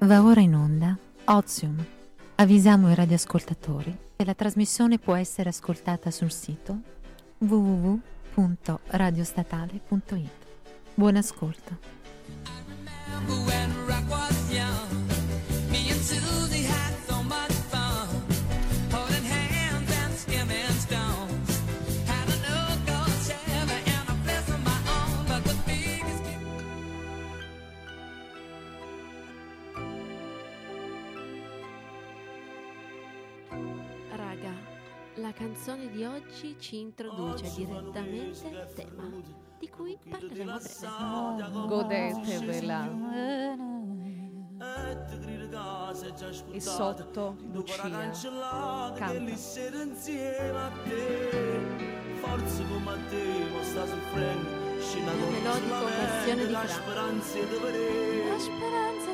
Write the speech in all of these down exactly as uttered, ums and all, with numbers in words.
Va ora in onda Ozium. Avvisiamo i radioascoltatori che la trasmissione può essere ascoltata sul sito w w w punto radiostatale punto i t. Buon ascolto. La canzone di oggi ci introduce direttamente al tema di cui parleremo a breve. Oh, godetevela. E sotto Lucia canta. Melodico versione di Fra. La speranza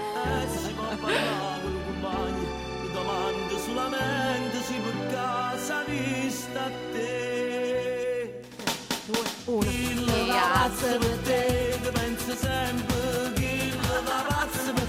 dove domande solamente si per casa vista a te. Due, uno. Chi la pazza per te, che pensa sempre. Chi la pazza per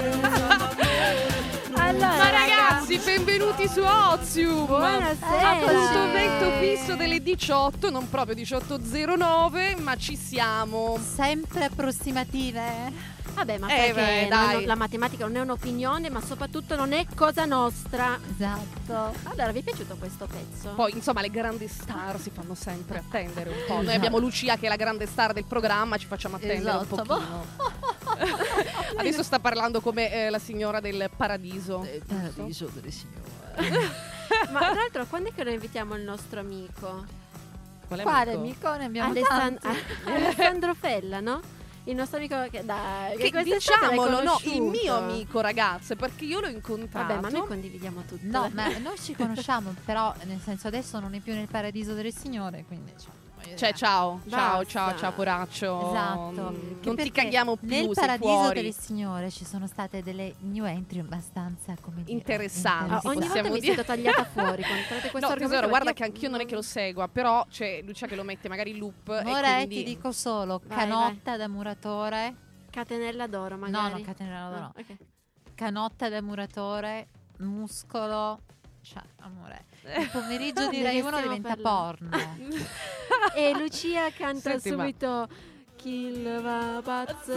te. Allora, ma ragazzi, benvenuti su Ozium. Buonasera. Appuntamento fisso delle diciotto, non proprio diciotto e zero nove, ma ci siamo. Sempre approssimative. Vabbè, ma eh perché beh, dai. non, la matematica non è un'opinione, ma soprattutto non è cosa nostra. Esatto. Allora, vi è piaciuto questo pezzo? Poi, insomma, le grandi star si fanno sempre attendere un po'. Esatto. Noi abbiamo Lucia che è la grande star del programma, ci facciamo attendere esatto. un pochino. Adesso sta parlando come eh, la signora del paradiso. Il paradiso delle signore. Ma tra l'altro, quando è che lo invitiamo il nostro amico? Quale, Quale amico? amico? Ne abbiamo Alessan- tanti. Alessandro Fella, no? Il nostro amico che dai, che, che diciamolo, no, il mio amico, ragazze, perché io l'ho incontrato. Vabbè, ma noi condividiamo tutto. No, ma noi ci conosciamo, però nel senso adesso non è più nel paradiso delle signore, quindi cioè ciao, ciao, Basta. ciao, ciao poraccio. Esatto. Mm, Che non ti perché caghiamo più, nel sei paradiso fuori. delle signore ci sono state delle new entry abbastanza, come dire, interessanti. Ah, ogni volta possiamo mi dire. sento tagliata fuori quando trovate questo No, argomento. tesoro, guarda che io anch'io non è che lo segua, però c'è Lucia che lo mette magari in loop. Ora e quindi... ti dico solo Vai, canotta da muratore. Catenella d'oro, magari. No, no, catenella d'oro. Ah, okay. Canotta da muratore, muscolo. Cioè, amore, il pomeriggio di Rai uno diventa porno. E Lucia canta Senti, ma- subito Chi le va pazzo.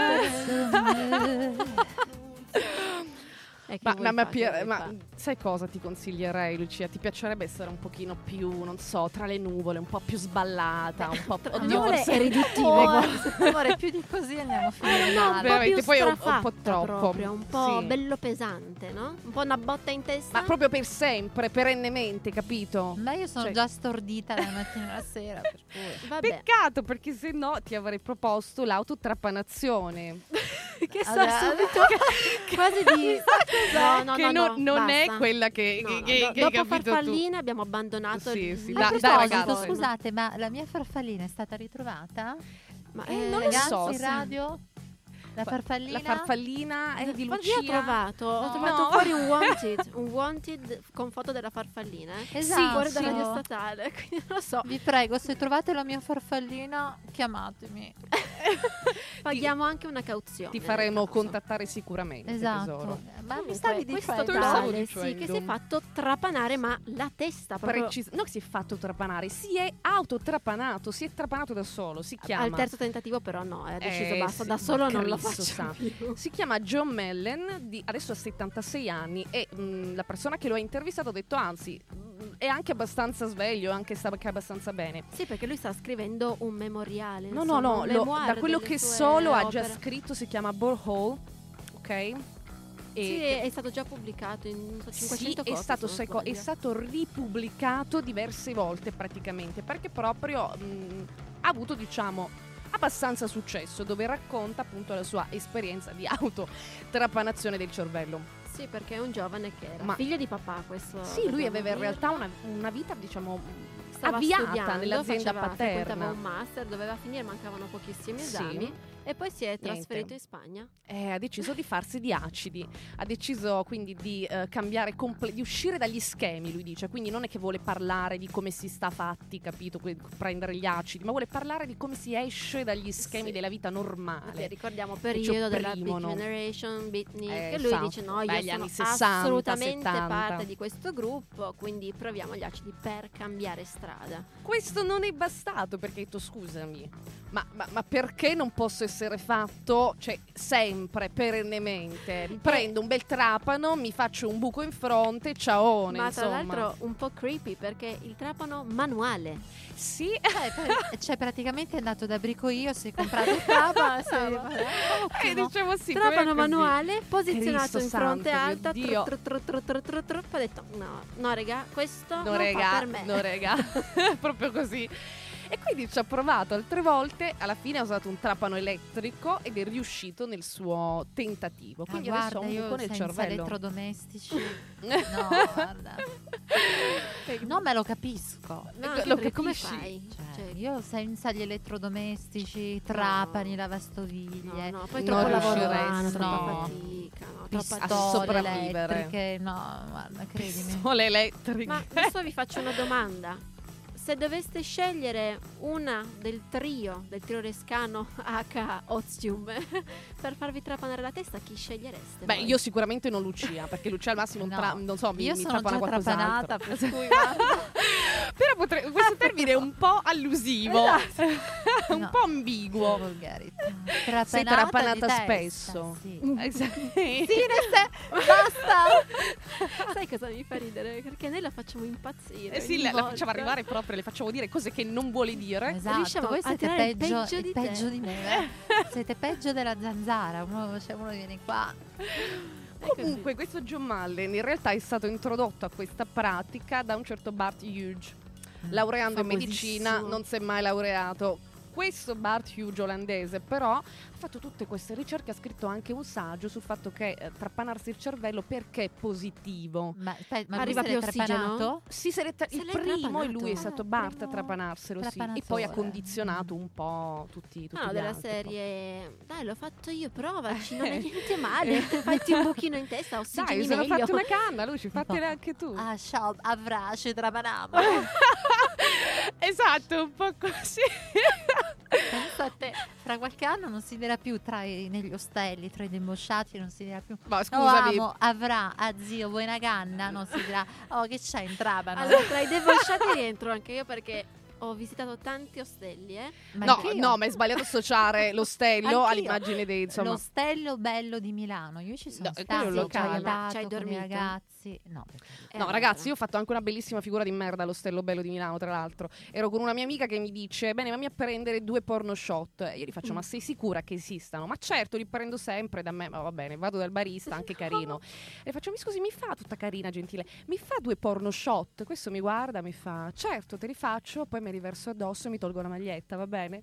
Eh, che Ma, vuoi ma, ma, fare, Pier- che vuoi ma fare? sai cosa ti consiglierei, Lucia? Ti piacerebbe essere un pochino più, non so, tra le nuvole, un po' più sballata, un po' Tra- oddio, nuvole forse- e riduttive, Oh, guarda. amore, più di così andiamo a finire. No, un po' veramente, più poi è un- un po' strafatta troppo. proprio, un po' Sì. bello pesante, no? Un po' una botta in testa. Ma proprio per sempre, perennemente, capito? Ma io sono Cioè- già stordita dalla mattina alla sera, per cui. Vabbè. Peccato, perché se no ti avrei proposto l'autotrapanazione. Che Allora, sa subito quasi di no, no, che no, non, no, non è basta. quella che, No, che, no, che, do- che dopo hai capito Farfallina abbiamo abbandonato Sì, il- sì, il da- A dai, proposito, ragazzi. scusate, ma la mia farfallina è stata ritrovata? Ma Eh, eh, non lo Ragazzi, so, in sì. radio? La Fa- farfallina? La farfallina è di Ma Lucia. io ho trovato, ho No. trovato No. fuori un wanted, un wanted con foto della farfallina, eh? Esatto. fuori Sì. dalla radio statale, quindi non lo so. Vi prego, se trovate la mia farfallina, chiamatemi. Paghiamo anche una cauzione. Ti faremo nel caso. contattare sicuramente, Esatto. tesoro. Ma Comunque, mi stavi questo dicendo? te lo stavo tale, dicendo. sì, che si è fatto trapanare, ma la testa proprio Precis- non si è fatto trapanare, si è autotrapanato, si è trapanato da solo, si chiama. al terzo tentativo, però no, ha deciso Eh, basta, sì, da solo ma non lo Cristo faccio sa. più. Si chiama John Mellon, di, adesso ha settantasei anni e mh, la persona che lo ha intervistato ha detto anzi mh, è anche abbastanza sveglio, anche sta anche abbastanza bene. Sì, perché lui sta scrivendo un memoriale. No, insomma, no, no, un lo- memoir da quello delle che sue so lo ha già opere. scritto, si chiama Borehole, ok? E Sì, che- è stato già pubblicato in non so, Sì, cinquecento è copie, stato, se sai non co- è sbaglio. stato ripubblicato diverse volte praticamente, perché proprio mh, ha avuto, diciamo, abbastanza successo, dove racconta appunto la sua esperienza di autotrapanazione del cervello. Sì, perché è un giovane che era Ma- figlio di papà, questo Sì, lui dobbiamo aveva in dirlo. realtà una, una vita, diciamo, Stava avviata studiando, nell'azienda faceva- paterna. frequentava un master, doveva finire, mancavano pochissimi Sì. esami E poi si è Niente. trasferito in Spagna. Eh, ha deciso di farsi di acidi, ha deciso quindi di eh, cambiare, comple- di uscire dagli schemi, lui dice, quindi non è che vuole parlare di come si sta fatti, capito, que- prendere gli acidi, ma vuole parlare di come si esce dagli schemi Sì. della vita normale. Perché ricordiamo Che ci periodo della Big opprimono. Generation, Beatnik, Eh, e lui esatto. dice no, Beh, io gli sono anni sessanta, assolutamente settanta. parte di questo gruppo, quindi proviamo gli acidi per cambiare strada. Questo non è bastato perché ha detto scusami, ma, ma, ma perché non posso essere fatto, cioè sempre, perennemente, prendo un bel trapano, mi faccio un buco in fronte, ciaone, Ma tra insomma. l'altro un po' creepy perché il trapano manuale. Sì, Eh, per- cioè praticamente è andato da Bricoio, si è comprato il trapa, si è e ottimo. dicevo sì, Trapano proprio così. manuale, posizionato Cristo in fronte santo, alta, mio Dio. tru, tru, tru, tru, tru, tru, tru, ho detto no, no regà, questo No non rega, fa per me. no rega, proprio così. E quindi ci ha provato altre volte, alla fine ha usato un trapano elettrico ed è riuscito nel suo tentativo. Ah, Quindi guarda, adesso ha un io buco nel senza cervello. elettrodomestici no, guarda, no, me lo capisco. No, Lo anche perché come capisci? fai? Cioè, Cioè, io senza gli elettrodomestici, trapani, no, lavastoviglie, no, poi non troppo lavoro riusciresti, umano, troppa no. fatica, no, troppa a pistole sopravvivere. elettriche, no, guarda, credimi. Sole elettriche. Ma adesso vi faccio una domanda. Se doveste scegliere una del trio, del trio Rescano H Ozium, per farvi trapanare la testa, chi scegliereste? Beh, voi? io sicuramente non Lucia, perché Lucia al massimo un No, tra- non so, mi, io mi sono trapana già qualcos'altro. trapanata, per cui guarda. Però potre- questo termine è un po' allusivo, un No. po' ambiguo. Volgarità. Sei Trapanata trapanata di testa, spesso. sì. Esatto. Basta. Sai cosa mi fa ridere? Perché noi la facciamo impazzire. Eh sì, ogni la, la volta. facciamo arrivare proprio, le facciamo dire cose che non vuole dire. Esatto, Riusciamo voi a siete tirare il peggio, peggio il di peggio te. di me. eh. Siete peggio della zanzara. Uno, cioè, uno viene qua. È così. Comunque questo John Mullen in realtà è stato introdotto a questa pratica da un certo Bart Hughes, laureando in medicina, famosissimo. non si è mai laureato. Questo Bart Hughes olandese però ha fatto tutte queste ricerche, ha scritto anche un saggio sul fatto che eh, trapanarsi il cervello perché è positivo. Ma, aspetta, ma Arriva lui se l'è più ossigeno? trapanato? Sì, se l'è tra- Se il l'è primo e trapanato? lui è stato Ah, Bart a primo trapanarselo, sì. E poi ha trapanatore. condizionato un po' tutti, tutti No, gli della altri. serie dai l'ho fatto io, provaci, non è niente male. Fatti un buchino in testa, ossigeni Dai, sono meglio. fatti una canna, Luci, fatela anche tu. Ah, ciao, avrà, ci trapanamo. Esatto, un po' così. Pensa a te, fra qualche anno non si dirà più tra i, negli ostelli, tra i debosciati, non si dirà più. Ma Oh, scusami, amo, avrà, ah zio, vuoi una canna? Non si dirà, oh che c'è in trapano. Allora, tra i debosciati rientro anche io perché ho visitato tanti ostelli, eh. Ma no, anch'io. no, ma è sbagliato associare l'ostello Anch'io. all'immagine dei, insomma. L'ostello bello di Milano, io ci sono No, e stata, quello è un ho locale. guardato Ci hai con i dormito? ragazzi. No, perché- Eh, No, allora. ragazzi, io ho fatto anche una bellissima figura di merda all'Ostello Bello di Milano, tra l'altro. Ero con una mia amica che mi dice, bene, mammi a prendere due porno shot. E io gli faccio, Mm. ma sei sicura che esistano? Ma certo, li prendo sempre da me. Ma va bene, vado dal barista, anche carino. E le faccio, mi scusi, mi fa tutta carina, gentile, mi fa due porno shot? Questo mi guarda, mi fa, certo, te li faccio, poi mi riverso addosso e mi tolgo la maglietta, va bene?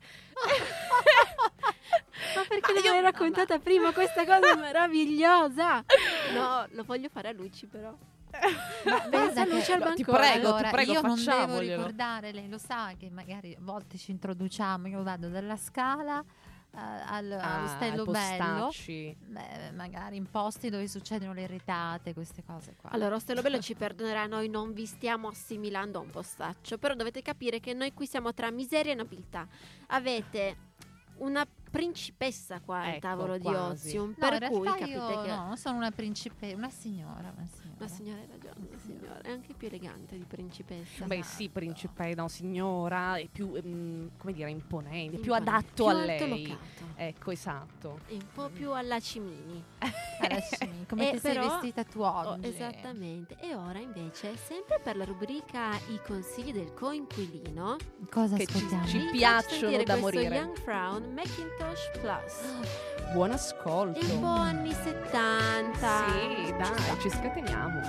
Ma perché Ma non io- l'hai raccontata prima questa cosa meravigliosa? No, lo voglio fare a Luci però. Ma Pensa a che- Luci al no, ti bancone. prego, allora, ti prego, io non devo facciamoglielo. ricordare, lei lo sa che magari a volte ci introduciamo, io vado dalla Scala eh, al, Ah, all'Ostello ai Bello, postacci. beh, magari in posti dove succedono le retate, queste cose qua. Allora, Ostello Bello ci perdonerà, noi non vi stiamo assimilando a un postaccio, però dovete capire che noi qui siamo tra miseria e nobiltà. Avete una principessa qua al Ecco, tavolo di quasi. Ozium, No, per in cui realtà capite io che no, non sono una principessa, una signora, una signora. la signora hai ragione, la signora è anche più elegante di principessa. Beh sì, principe, no, signora, è più, ehm, come dire, imponente, più Imponente, adatto più a lei. altolocato. Ecco, esatto. E un po' più alla Cimini. Adesso, come Eh, ti sei però- vestita tu Oh, oggi. esattamente. E ora invece, sempre per la rubrica I consigli del coinquilino, Cosa Che ci- ascoltiamo? ci- vi faccio piacciono sentire da questo morire. Young Frown Macintosh Plus. Buon ascolto. È un po' anni settanta. Sì, dai, ci scateniamo.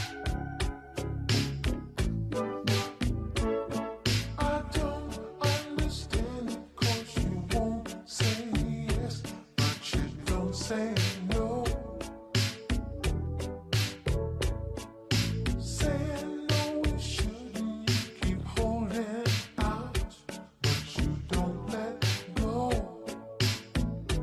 I don't understand it 'cause you won't say yes, but you don't say no. Saying no, we shouldn't. You keep holding out, but you don't let go.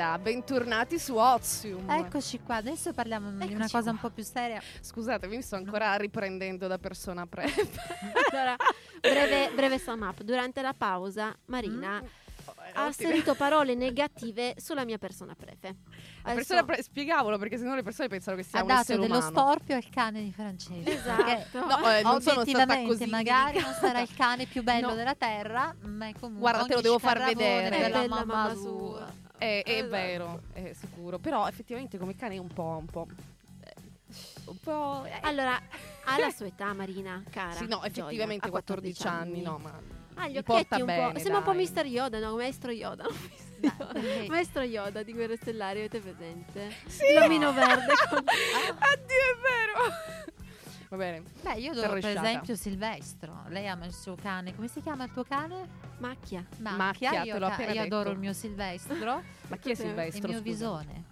domanda. Bentornati su Ozium. Eccoci qua, adesso parliamo di una Eccoci cosa qua. un po' più seria. Scusatemi, mi sto ancora riprendendo da persona pre. Allora, breve, breve sum up. Durante la pausa, Marina Mm. ha asserito parole negative sulla mia persona prefe. La Adesso- persona pre- spiegavolo perché sennò le persone pensano che sia Ha un dato essere dello umano. storpio al cane di Francesco. Esatto. Perché No, eh, non sono stata obiettivamente così magari indicata. non sarà il cane più bello No. della terra, ma è comunque Guarda, te lo ogni devo far scarrabone vedere. della È bella mamma, mamma sua. sua. È, è Esatto. vero, è sicuro. Però effettivamente come cane è un po', un po', eh, un po'. eh. Allora, alla sua età, Marina, cara. Sì, no, Gioia, effettivamente ha quattordici anni, no, ma Ha gli mi porta occhietti un bene, po'. Sembra un po' dai. mister Yoda, no? Maestro Yoda. non mister Dai, Yoda. perché- Maestro Yoda di Guerre Stellari, avete presente? Sì. L'omino verde con... Addio, è vero. Va bene. Beh, io adoro per Terresciata. esempio Silvestro. Lei ama il suo cane. Come si chiama il tuo cane? Macchia. Macchia, io, te l'ho ca- appena io detto. adoro il mio Silvestro. Ma chi è Sì, Silvestro? il mio scusa? visone.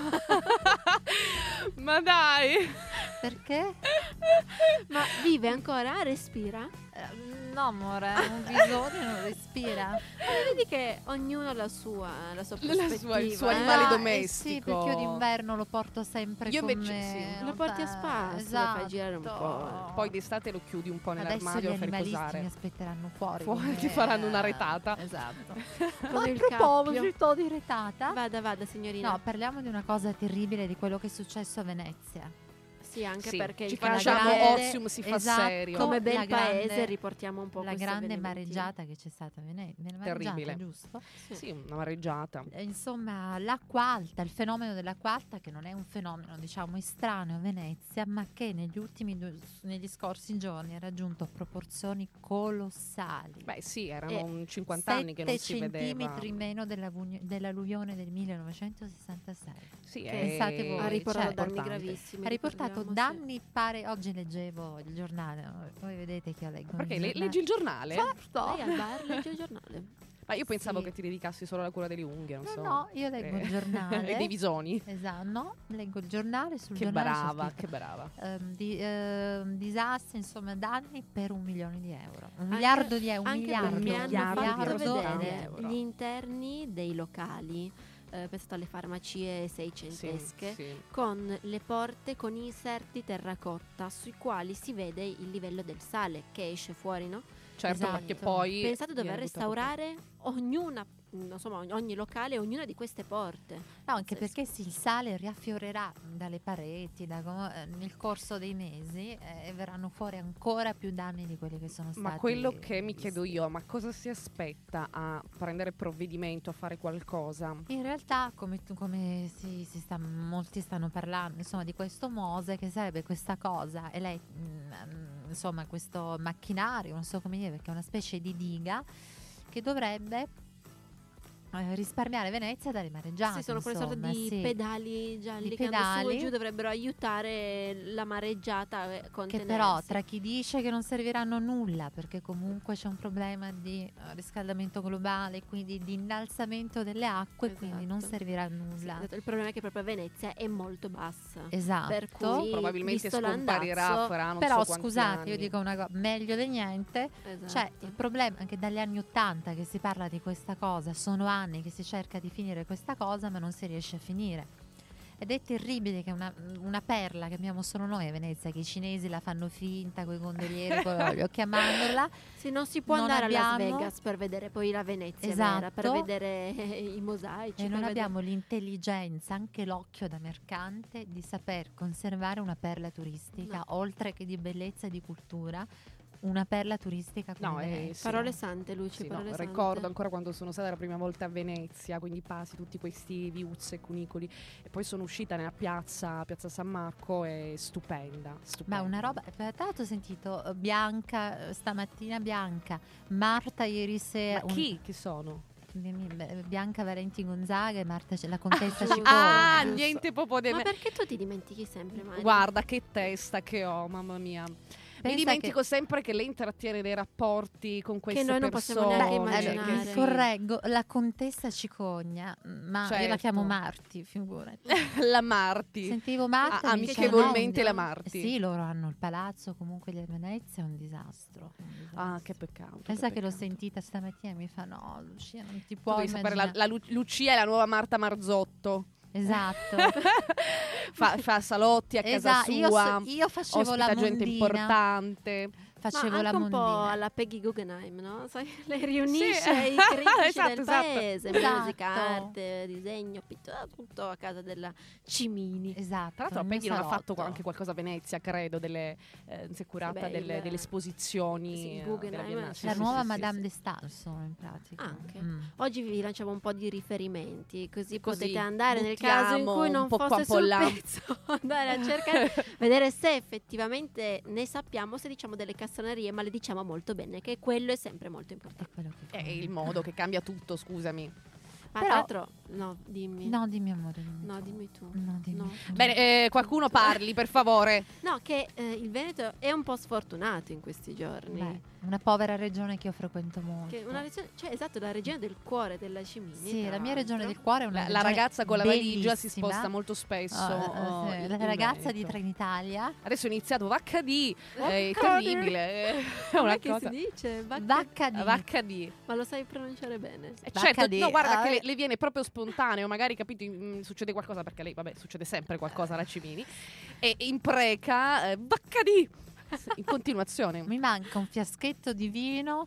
Ma dai. Perché? Ma vive ancora? Respira? Eh, No, amore, un visone non respira. Ma vedi che ognuno ha la sua, la sua La prospettiva. sua- il suo eh? animale Ah, eh domestico. sì, perché io d'inverno lo porto sempre Io con invece me. sì. Lo porti a spasso, lo esatto. fai girare un po'. Poi d'estate lo chiudi un po' Adesso gli nell'armadio e fai animalisti mi riposare. aspetteranno fuori. Fuori, con ti me. faranno una retata. Esatto. Con A il proposito di retata, Vada, vada, signorina. no, parliamo di una cosa terribile di quello che è successo a Venezia. Sì, anche Sì, perché ci il facciamo grande- Ozium si fa esatto, serio. come la bel paese grande- riportiamo un po' La questi grande avvenimenti. mareggiata che c'è stata a Venezia. Terribile. Giusto? Sì. Sì, una mareggiata. Eh, Insomma, l'acqua alta, il fenomeno dell'acqua alta, che non è un fenomeno, diciamo, estraneo a Venezia, ma che negli ultimi due, negli scorsi giorni ha raggiunto proporzioni colossali. Beh, sì, erano Eh, un cinquanta anni che non si vedeva. centimetri meno della vugno- dell'alluvione del millenovecentosessantasei. Sì, Che pensate voi, ha riportato cioè, danni importante. gravissimi. Ha riportato ricordiamo, sì. danni pare, oggi leggevo il giornale, no? Voi vedete che io leggo Perché il le- giornale. leggi il giornale? Certo. Lei al bar legge il giornale. Ma io pensavo Sì. che ti dedicassi solo alla cura delle unghie, non No, so. no, io leggo Eh, il giornale. e dei visoni. Esatto, no, leggo il giornale, sul Che giornale c'è brava, scritto, che brava. ehm, di, ehm, disastri, insomma, danni per un milione di euro. Un Anche- miliardo di euro, un Anche miliardo, perché un hanno miliardo fatto di miliardo euro. vedere euro. gli interni dei locali, eh, pensate alle farmacie Sì, seicentesche, sì. con le porte con inserti terracotta sui quali si vede il livello del sale che esce fuori, no? Certo, Esatto. perché poi Pensate di dover viene buttato restaurare ognuna, insomma, ogni- ogni locale, ognuna di queste porte. No, anche Pazzesco. perché sì, il sale riaffiorerà dalle pareti da com- eh, nel corso dei mesi eh, e verranno fuori ancora più danni di quelli che sono stati. Ma quello che mi chiedo visti. io, ma cosa si aspetta a prendere provvedimento, a fare qualcosa? In realtà, come, tu- come si, si sta, molti stanno parlando, insomma, di questo Mose, che sarebbe questa cosa, e lei, mm, insomma, questo macchinario, non so come dire, perché è una specie di diga che dovrebbe eh, risparmiare Venezia dalle mareggiate. Sì, sono quelle sorte insomma, di sì. pedali gialli Di che andano su e pedali. giù, dovrebbero aiutare la mareggiata a Che contenersi. però tra chi dice che non serviranno a nulla perché comunque c'è un problema di eh, riscaldamento globale, quindi di innalzamento delle acque, Esatto. quindi non servirà a Sì, nulla. esatto, il problema è che proprio Venezia è molto bassa. Esatto. Per cui Probabilmente visto scomparirà l'andazzo- fra non Però so quanti scusate, anni. io dico una cosa, meglio di niente. Esatto. Cioè, il problema anche dagli anni Ottanta che si parla di questa cosa, sono anni che si cerca di finire questa cosa, ma non si riesce a finire. Ed è terribile che una, una perla che abbiamo solo noi a Venezia, che i cinesi la fanno finta con i gondolieri, con l'olio, chiamandola. Sì, non si può non andare a Las abbiamo- Vegas per vedere poi la Venezia Esatto. vera, per vedere i mosaici. E per non vedere- abbiamo l'intelligenza, anche l'occhio da mercante, di saper conservare una perla turistica, No. oltre che di bellezza e di cultura, una perla turistica come No, eh, Venezia. sì. Parole sante, Luci, Sì, no, parole sante. ricordo ancora quando sono stata la prima volta a Venezia, quindi passi tutti questi viuzzi e cunicoli e poi sono uscita nella piazza, piazza San Marco, è stupenda, stupenda. Ma una roba, tra l'altro ho sentito eh, Bianca, eh, stamattina Bianca, Marta ieri sera. Ma chi? Chi sono? un- Bianca Valenti Gonzaga e Marta, la contessa giusto. Ciccone. Ah, giusto. niente proprio di Ma me. perché tu ti dimentichi sempre, Mari? Guarda che testa che ho, mamma mia. Mi dimentico sempre che lei intrattiene dei rapporti con queste noi non persone. possiamo neanche Beh, immaginare. allora, che sì. correggo, la contessa Cicogna, ma io la Certo. chiamo Marti, figurati. La Marti. Sentivo Marti Ah, e mi diceva, amichevolmente no, la Marti. Sì, loro hanno il palazzo comunque di Venezia, è un disastro. è un disastro. Ah, che peccato. Pensa che l'ho peccato. sentita stamattina e mi fa no, Lucia, non ti Tu puoi devi sapere, la, immaginare. la Lu- Lucia è la nuova Marta Marzotto. Esatto. fa, fa salotti a casa Esatto, io, sua, so- io facevo ospita la gente mondina. importante. Facevo Ma la anche un po' mondina. alla Peggy Guggenheim, no? Sai, lei riunisce Sì. i critici Esatto, del esatto. paese, Esatto. musica, arte, disegno, pittura, tutto a casa della Cimini. Esatto. Tra l'altro nel mio Peggy non ha fatto salotto. anche qualcosa a Venezia, credo, delle, eh, si è curata Beh, delle, il- delle esposizioni. sì, eh, Guggenheim, della Biennale. Sì, La sì, nuova sì, Madame sì, de Stael sono in pratica. Anche. Mm. Oggi vi lanciamo un po' di riferimenti, così, Così, potete andare nel caso in buttiamo cui un non po' qua, fosse un po' sul là. pezzo, andare a cercare, vedere se effettivamente ne sappiamo, se diciamo delle castronerie, ma le diciamo molto bene, che quello è sempre molto È importante. quello che È conta. il modo che cambia tutto, scusami. Ma Però- tra l'altro, no, dimmi. No, dimmi amore, dimmi No, tu. dimmi tu. No, dimmi No. tu. Bene, eh, qualcuno parli, per favore. No, che eh, il Veneto è un po' sfortunato in questi giorni. Beh, una povera regione che io frequento molto. Che una regione, cioè esatto, la regione del cuore della Cimini. Sì, tra la mia l'altro. regione del cuore è una La, la regione ragazza con la valigia si bellissima. sposta molto spesso. Oh, eh, oh, sì, in- la in ragazza di Veneto. Trenitalia. Adesso è iniziato Vacca D, è Vacca D. terribile. È Com'è una che cosa. si dice? Vacca- Vacca di Vacca D. Ma lo sai pronunciare bene? Eh, Vacca certo, D. no, guarda Ah, che le, eh. le viene proprio spontaneo, magari capito, mm, succede qualcosa perché lei, vabbè, succede sempre qualcosa alla Cimini e impreca eh, Vacca D in continuazione. Mi manca un fiaschetto di vino.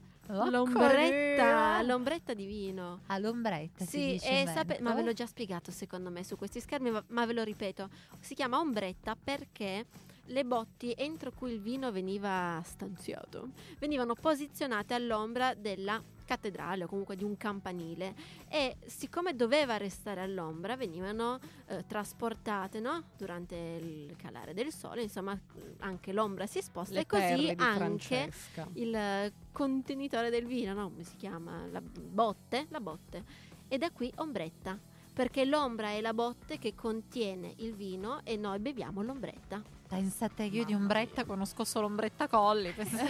L'ombretta, l'ombretta di vino. All'ombretta si Sì, dice e in sape- Veneto. ma ve l'ho già spiegato secondo me su questi schermi, ma, ma ve lo ripeto. Si chiama ombretta perché le botti entro cui il vino veniva stanziato venivano posizionate all'ombra della cattedrale o comunque di un campanile e siccome doveva restare all'ombra venivano eh, trasportate, no? Durante il calare del sole, insomma anche l'ombra si sposta Le e così perle di anche Francesca. il contenitore del vino, no? Come si chiama? La botte, la botte. E da qui ombretta, perché l'ombra è la botte che contiene il vino e noi beviamo l'ombretta. Pensate che io di Mamma ombretta mia. conosco solo ombretta colli. pensate.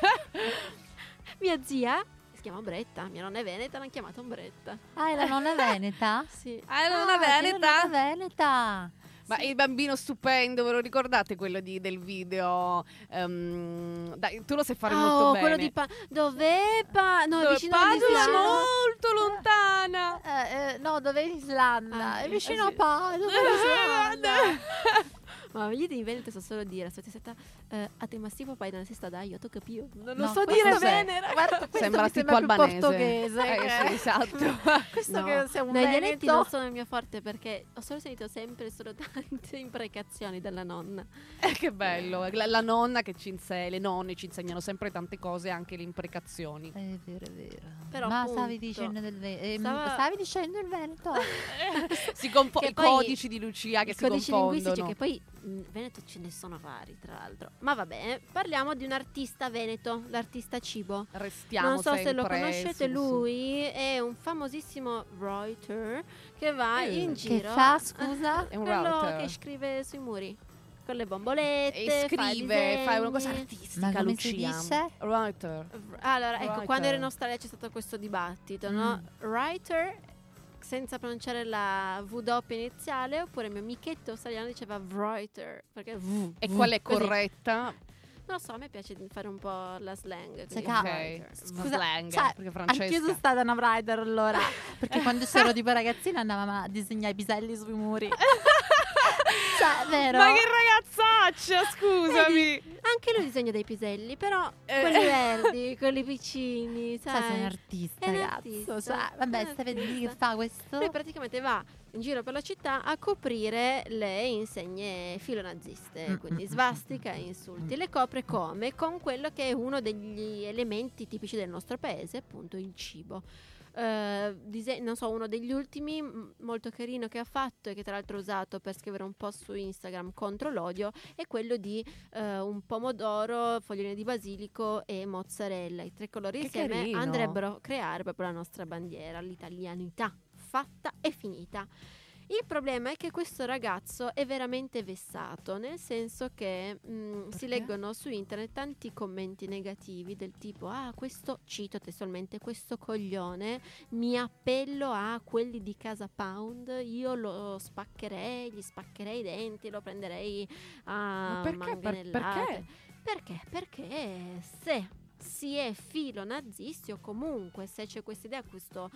Mia zia si chiama Ombretta, mia nonna è veneta, l'hanno chiamata Ombretta. Ah, è la nonna veneta? Sì. Ah, non una Ah, che veneta. nonna veneta. Ma il bambino stupendo, ve lo ricordate quello di- del video? Ehm, dai, tu lo sai fare molto Oh, bene. quello di pa- dov'è pa- no, è Dove vicino Padova all'Islanda. molto lontana. Eh, eh, no, dov'è l'Islanda? Ah, è sì. vicino Eh, a sì. Padova. l'Islanda. Ma io di Veneto so solo dire, sono stata eh, a te massivo poi non si sta dai, io to capio. Non lo No, so questo dire sì. bene. Guarda, questo Sembra mi tipo sembra più albanese. portoghese. Eh, che- sì, esatto. Questo No, che sia un no, i dialetti veneto. non sono il mio forte perché ho solo sentito sempre solo tante imprecazioni dalla nonna. Eh, che bello. La, la nonna che ci insegna, le nonne ci insegnano sempre tante cose, anche le imprecazioni. È vero, è vero. Però Ma appunto, stavi dicendo del Veneto. stava- Stavi dicendo il Veneto. Si confo- Che I poi- codici di Lucia che I si codici linguistici confondono. che poi in Veneto ce ne sono vari tra l'altro. Ma va bene, parliamo di un artista veneto, l'artista cibo. Restiamo Non so se lo sempre conoscete, su- lui è un famosissimo writer che va Eh, in che giro. Che fa, scusa? È un Quello writer. che scrive sui muri con le bombolette, E scrive, fa una cosa disegni. artistica, Ma come si Lucia. dice? Writer. Allora, ecco, Writer. quando ero in Australia c'è stato questo dibattito, no? Writer senza pronunciare la V doppia iniziale, oppure il mio amichetto australiano diceva writer, perché V. E V, qual è così. corretta? Non lo so, a me piace fare un po' la slang. Cioè, quindi ca- writer. Scusa, slang, cioè, perché anch'io Francesca. sono stata una writer allora. Perché quando ero tipo ragazzina andavamo a disegnare i piselli sui muri. Cioè, vero? Ma che ragazzaccia, scusami. Vedi, anche lui disegna dei piselli, però Eh. quelli verdi, quelli piccini, Cioè, sai. sei un artista, È un ragazzo. artista, Cioè, è vabbè, un stai a dire che artista. fa questo? Lui praticamente va in giro per la città a coprire le insegne filonaziste, Mm, quindi mm, svastica mm, e mm, insulti. mm. Le copre come? Con quello che è uno degli elementi tipici del nostro paese, appunto il cibo. Eh, dise- non so, uno degli ultimi m- molto carino che ha fatto e che tra l'altro ho usato per scrivere un post su Instagram contro l'odio è quello di eh, un pomodoro, foglioline di basilico e mozzarella. I tre colori Che insieme carino. andrebbero a creare proprio la nostra bandiera, l'italianità fatta e finita. Il problema è che questo ragazzo è veramente vessato, nel senso che mh, si leggono su internet tanti commenti negativi del tipo: ah, questo, cito testualmente, questo coglione, mi appello a quelli di Casa Pound, io lo spaccherei, gli spaccherei i denti, lo prenderei a Ma perché? Per- manganellate. perché? Perché? Perché se si è filo nazisti, o comunque se c'è questa idea, questo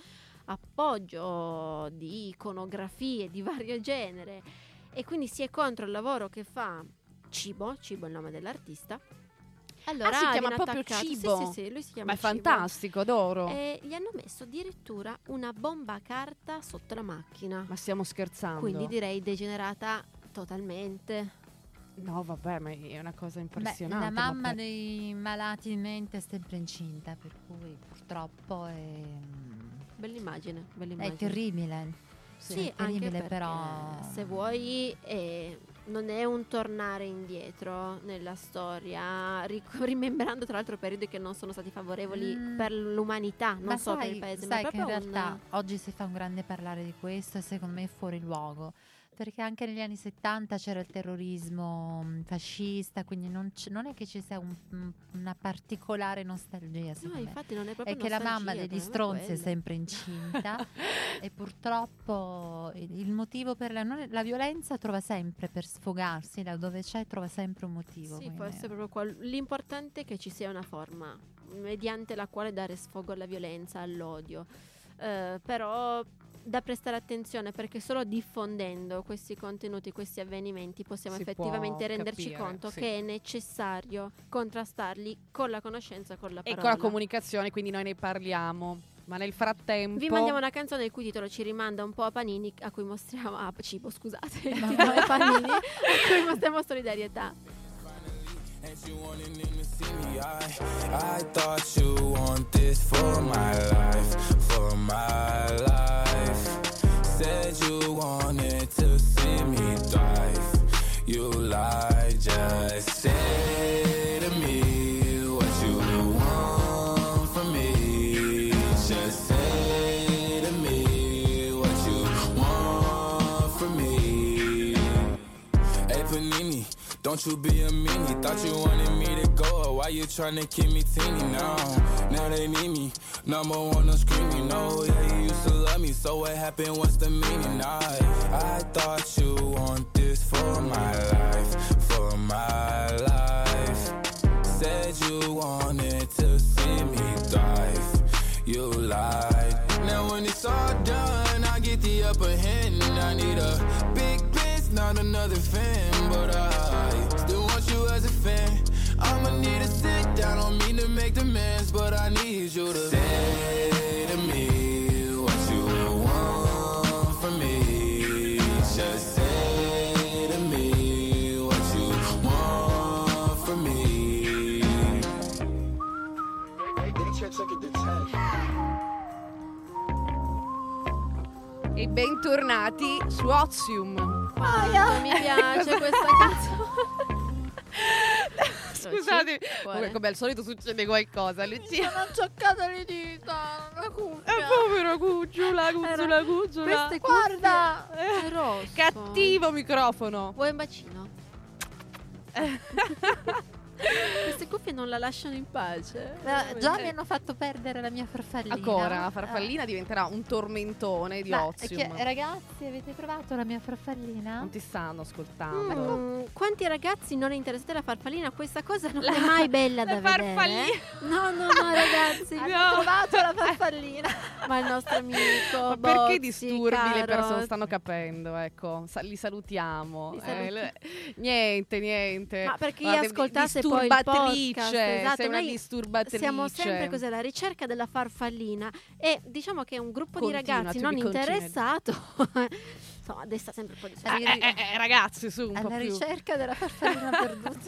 appoggio di iconografie di vario genere, e quindi si è contro il lavoro che fa Cibo, Cibo è il nome dell'artista, allora Ah, si chiama viene proprio attaccato. Cibo? Sì, sì, sì, lui si chiama Ma è Cibo. fantastico, adoro. E gli hanno messo addirittura una bomba a carta sotto la macchina, Ma stiamo scherzando? quindi direi degenerata totalmente. No, vabbè, ma è una cosa Beh, impressionante. la ma mamma per- dei malati di mente è sempre incinta, per cui purtroppo è, Bell'immagine, è bell'immagine. terribile. Sì, è terribile, anche perché però se vuoi eh, non è un tornare indietro nella storia, ric- rimembrando tra l'altro periodi che non sono stati favorevoli Mm. per l'umanità, non Ma solo sai, per il paese, sai ma che in proprio realtà un... oggi si fa un grande parlare di questo e secondo me è fuori luogo, perché anche negli anni settanta c'era il terrorismo mh, fascista, quindi non, c- non è che ci sia un- un- una particolare nostalgia, No, secondo me. infatti non è proprio È che la mamma nostalgia, degli il problema è stronzi è quello. sempre incinta e purtroppo il, il motivo per la, non- la violenza trova sempre per sfogarsi, là dove c'è trova sempre un motivo. Sì, quindi- forse proprio qual- l'importante è che ci sia una forma mediante la quale dare sfogo alla violenza, all'odio. Eh, però da prestare attenzione, perché solo diffondendo questi contenuti, questi avvenimenti possiamo Si effettivamente può renderci capire, conto sì. che è necessario contrastarli con la conoscenza, con la E parola. con la comunicazione, quindi noi ne parliamo. Ma nel frattempo... Vi mandiamo una canzone il cui titolo ci rimanda un po' a Panini, a cui mostriamo a Cibo, scusate, Ma- a Panini, a cui mostriamo solidarietà. And you wanted him to see me. I, I thought you want this for my life, for my life. Said you wanted to see me thrive. You lied, just say to me what you want from me. Just say to me what you want from me. Hey Panini, don't you be a meanie. Thought you wanted me to go. Why you tryna keep me teeny now? Now they need me. Number one, I'm screaming. No, yeah, you used to love me. So what happened? What's the meaning? I, I thought you want this for my life, for my life. Said you wanted to see me thrive. You lied. Now when it's all done, I get the upper hand. I need a big bitch, not another fan, but I still want you as a fan. I'ma need to sit down, don't mean to make demands, but I need you to say to me what you want from me. Just say to me what you want from me. E bentornati su Ozium. Quanto mi piace questa canzone. Scusate, Cuore. come, come al solito succede qualcosa. Lucia. sono accioccata le dita, la cuffia. Eh, povero cucciola, cucciola, Era- cucciola. Queste Guarda, cuffie- è rosso. cattivo microfono. Vuoi un bacino? Queste cuffie non la lasciano in pace. Eh, già mi hanno fatto perdere la mia farfallina. Ancora, la farfallina Eh. diventerà un tormentone di Ma è Ozium. che- ragazzi, avete trovato la mia farfallina? Non ti stanno ascoltando. Mm, quanti ragazzi non interessate alla farfallina? Questa cosa non è mai bella da la vedere. farfallina. No, no, no, ragazzi. No. Hanno trovato la farfallina. Ma il nostro amico Ma perché Bozzi, disturbi caro. le persone? Stanno capendo, ecco. Sa- li salutiamo. Li Eh, saluti- le- niente, niente. Ma perché Guarda, chi ascoltasse poi il disturbatrice, podcast, esatto, sei una noi disturbatrice. Siamo sempre così alla ricerca della farfallina e diciamo che è un gruppo Continua, di ragazzi tu non mi continui. interessato insomma desta sempre un po' di Eh, eh, eh, eh, ragazzi, su un po' Alla più. ricerca della farfallina perduta.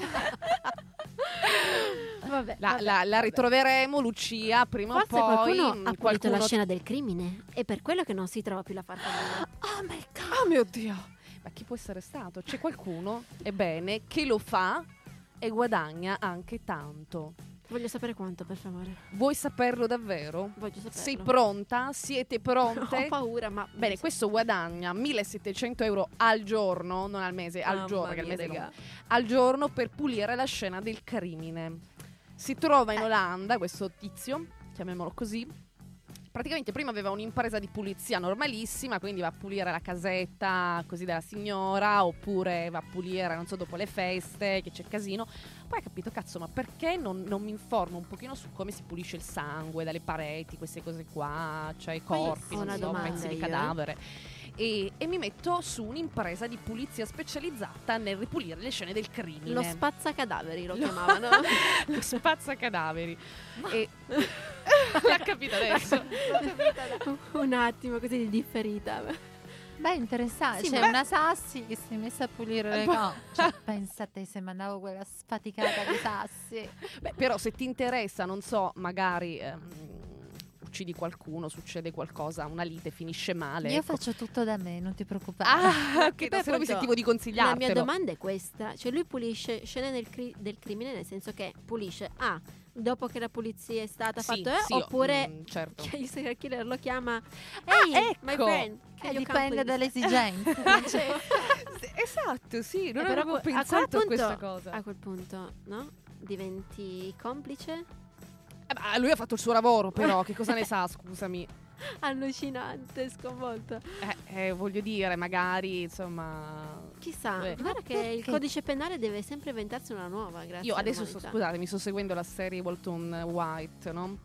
vabbè, La, vabbè, la- la vabbè. ritroveremo, Lucia, prima Forse o poi. qualcuno mm, ha pulito qualcuno- la scena del crimine. È per quello che non si trova più la farfallina. Oh my god. Oh mio Dio! Ma chi può essere stato? C'è qualcuno, ebbene, che lo fa e guadagna anche tanto. Voglio sapere quanto, per favore. Vuoi saperlo davvero? Voglio saperlo. Sei pronta? Siete pronte? Ho paura, ma... Bene, questo guadagna millesettecento euro al giorno, non al mese, al Mamma giorno, perché al mia, mese raga. no, al giorno per pulire la scena del crimine. Si trova in Olanda, questo tizio, chiamiamolo così. Praticamente prima aveva un'impresa di pulizia normalissima, quindi va a pulire la casetta così della signora, oppure va a pulire, non so, dopo le feste, che c'è casino. Poi ha capito, cazzo, ma perché non, non mi informo un pochino su come si pulisce il sangue dalle pareti, queste cose qua, cioè i corpi, ho non una so, domanda pezzi di io, eh. cadavere. E, e mi metto su un'impresa di pulizia specializzata nel ripulire le scene del crimine. Lo spazzacadaveri lo chiamavano. Lo spazzacadaveri. E l'ha capito adesso. Un attimo così di differita. Beh, interessante. Sì, C'è ma- una Sassi che si è messa a pulire le cose. Cioè, pensa a te se mandavo quella sfaticata di Sassi. Beh, però se ti interessa, non so, magari ehm, uccidi qualcuno, succede qualcosa, una lite finisce male. Io ecco. faccio tutto da me, non ti preoccupare. Ah, Che che poi se no mi appunto sentivo di La consigliartelo. mia domanda è questa, cioè lui pulisce scene del, cri- del crimine, nel senso che pulisce ah, dopo che la pulizia è stata Sì, fatta, eh, sì, oppure mm, certo. che il serial killer lo chiama Ah, Ehi, my ecco. friend, Eh, can you come dipende please?" dalle esigenze. Cioè, Sì, esatto, sì, non eh, però avevo a quel pensato a, punto- questa cosa. a quel punto, no? Diventi complice? Eh, ma lui ha fatto il suo lavoro, però, che cosa ne sa, scusami. Allucinante, sconvolto. Eh, eh, voglio dire, magari, insomma... Chissà, Beh. guarda Ma che il perché? codice penale deve sempre inventarsi una nuova, grazie Io adesso, sto, all'umanità. scusate, mi sto seguendo la serie Walton White, no?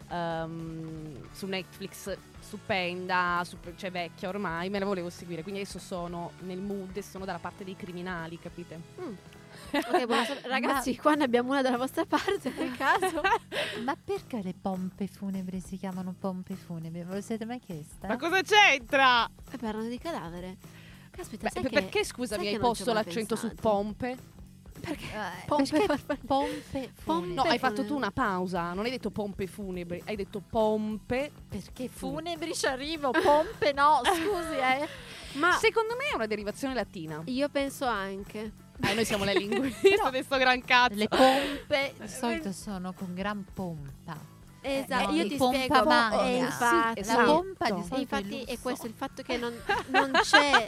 Ehm, su Netflix, stupenda, super, cioè vecchia ormai, me la volevo seguire, quindi adesso sono nel mood e sono dalla parte dei criminali, capite? Mm. Ok, buona sor- ragazzi, qua ne abbiamo una dalla vostra parte, per caso. Ma perché le pompe funebri si chiamano pompe funebri? Ve lo siete mai chiesta? Ma cosa c'entra? E parlano di cadavere. Caspita, Beh, sai per- che, perché, scusami, sai hai che non ci posto ho mai l'accento su pensato? pompe? Perché? Eh, Pompe perché farfalle. pompe funebri? No, hai funebri. fatto tu una pausa, non hai detto pompe funebri, hai detto pompe. Perché funebri ci arrivo, pompe no, scusi eh. Ma Secondo me è una derivazione latina. io penso anche. Eh, noi siamo le linguiste di sto gran cazzo. Le pompe di solito sono con gran pompa. Esatto, no, io di ti pompa spiego. magna. E Sì, infatti, esatto. La pompa di e solito infatti è è lusso. questo il fatto che non, non c'è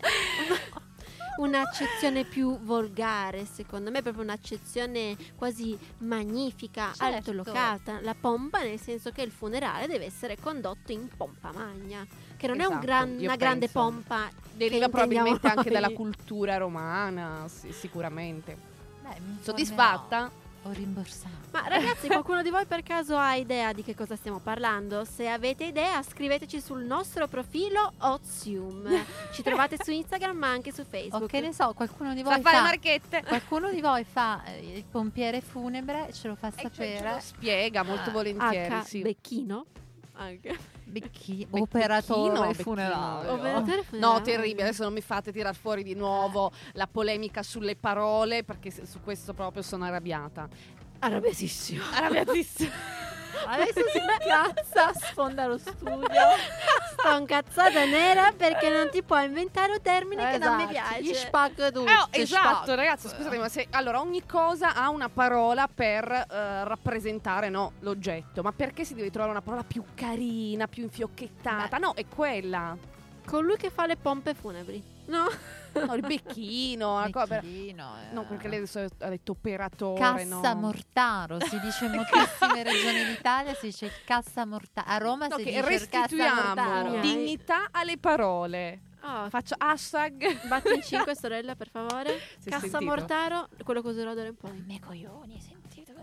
un'accezione più volgare, secondo me, è proprio un'accezione quasi magnifica, Certo. altolocata. La pompa, nel senso che il funerale deve essere condotto in pompa magna, che non è un Esatto, gran- io una grande penso. pompa. Deriva che probabilmente intendiamo anche dalla noi. cultura romana, sì, sicuramente. Beh, mi Soddisfatta? informerò. O rimborsato. Ma ragazzi, qualcuno di voi per caso ha idea di che cosa stiamo parlando? Se avete idea, scriveteci sul nostro profilo Ozium. Ci trovate su Instagram ma anche su Facebook. O che ne so, qualcuno di Sa voi fare fa marchette. qualcuno di voi fa eh, il pompiere funebre, ce lo fa E ce- ce sapere. lo spiega molto volentieri, H. sì. Becchino. Anche. Becchi- Bec- operatore becchino, funerario. Operatore No, funerario. terribile, adesso non mi fate tirar fuori di nuovo la polemica sulle parole, perché se- su questo proprio sono arrabbiata. Arrabbiatissimo. Arrabbiatissima. Adesso si incazza, sfonda lo studio. Sto incazzata nera perché non ti puoi inventare un termine che non mi Esatto, Gli piace. spacco tutto. Eh, oh, esatto, spacco. ragazzi, scusate, ma se allora ogni cosa ha una parola per eh, rappresentare, no, l'oggetto, ma perché si deve trovare una parola più carina, più infiocchettata? No, è quella. Colui che fa le pompe funebri. No? No, il becchino, una cosa per- Becchino, eh. No, perché lei adesso ha detto operatore, Cassa no. mortaro, si dice in moltissime regioni d'Italia, si dice il cassa mortaro. A Roma No, si che dice il cassa restituiamo mortaro. dignità alle parole. Oh, Faccio hashtag. batti in cinque, sorella, per favore. Si è Cassa sentito? mortaro, quello che userò d'ora in poi. Me coglioni, sentite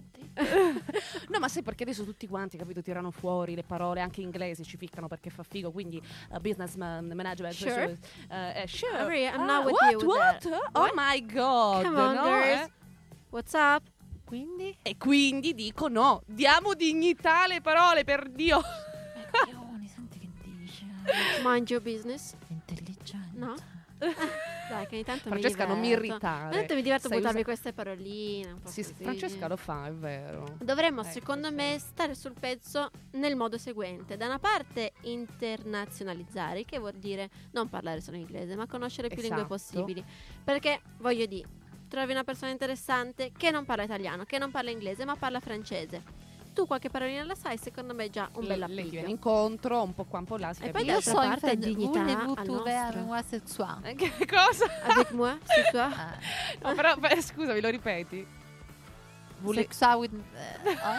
No, ma sai perché adesso tutti quanti, capito, tirano fuori le parole anche inglesi, ci ficcano perché fa figo, quindi uh, businessman, management, Sure. uh, eh, sure. Maria, I'm Ah, not with what, you with what? that. Oh What? my god. Come on, no, girls. eh? What's up? Quindi? E quindi dico no, diamo dignità alle parole, per Dio. Me coglioni, senti che dice. Mind your business. Intelligente. No? Dai, che ogni tanto Francesca, mi non mi diverto. irritare. Ogni tanto mi diverto a Sai buttarmi usa- queste paroline. Un po' Sì, così. Francesca lo fa, è vero. Dovremmo, Ecco, secondo sì. me, stare sul pezzo nel modo seguente. Da una parte internazionalizzare, che vuol dire non parlare solo inglese, ma conoscere più lingue Esatto. possibili. Perché, voglio dire, trovi una persona interessante che non parla italiano, che non parla inglese, ma parla francese. Tu qualche parolina la sai, secondo me è già un bel Le, le appiglio. viene incontro, un po' qua un po' là. Si E capisce. poi Io d'altra so in parte francese, dignità voulez-vous al trouver nostro. moi ce soir? Eh, Che cosa? Avec moi, ce soir. Ah, No, però, beh, scusami, lo ripeti? Vole- ce soir with... eh, ah?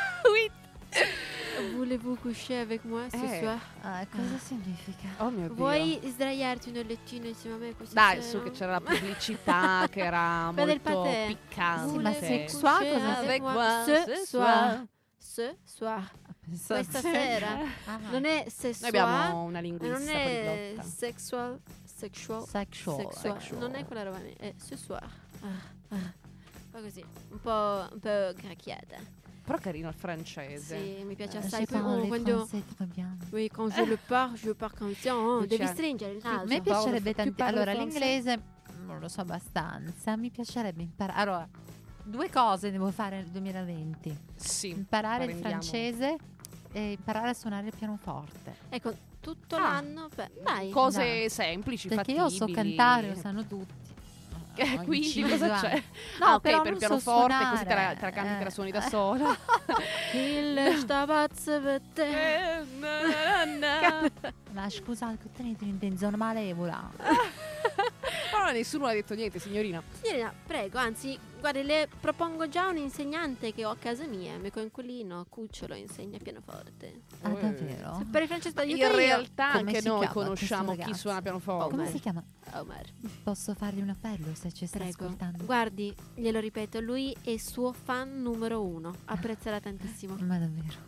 Voulez-vous coucher avec moi ce Eh. soir? Ah, cosa significa? Oh mio Dio. Vuoi sdraiarti nel lettino insieme a me questa Dai, sera? su che c'era la pubblicità che era Quella del molto patè. piccante. Sì, ma Voulez-vous se soir coucher cosa- avec moi moi ce ce soir? Ce soir. Pensavo- Questa sera. Ah, Non è Noi sessual, abbiamo una e linguista non è poliglotta. sexual, sexual, Sexual. sexual. sexual. Non è quella roba lì, è ce soir. Ah, ah. Un po' così, un po', un po' gracchiata. Però carino il francese. Sì, mi piace Eh, assai. je Poi parle oh, quando, français très bien. oui, quand je le parle, je parle comme ça. Oh, devi Cioè, stringere il A naso. me piacerebbe Tu tanto. parli Allora, francese? l'inglese non lo so abbastanza. Mi piacerebbe imparare. Allora, due cose devo fare nel duemilaventi: Sì. imparare il Prendiamo. francese e imparare a suonare il pianoforte. Ecco, tutto Ah. l'anno. Beh, dai. Cose Dai. semplici, Perché io so fattibili. cantare, lo sanno tutti. Eh, Ho quindi inciso cosa anche. c'è? No, Ah, ok, però per il non so pianoforte, così te la, suonare, te la canti, te la eh. suoni da sola. Il stabazzo per te. Eh, na, na, na. Ma scusate, che tenete un'intenzione malevola. Però nessuno ha detto niente, signorina. Signorina, prego, anzi, guardi, le propongo già un insegnante che ho a casa mia, mio coinquilino, Cucciolo, insegna pianoforte. Ah, Eh. davvero? Se per il francese ti In aiuto io. realtà Come anche si noi chiama conosciamo questo chi ragazzo? suona pianoforte. Come Omar. si chiama? Omar, Posso fargli un appello se ci sta prego. ascoltando? Guardi, glielo ripeto, lui è suo fan numero uno. Apprezzerà tantissimo. Ma davvero?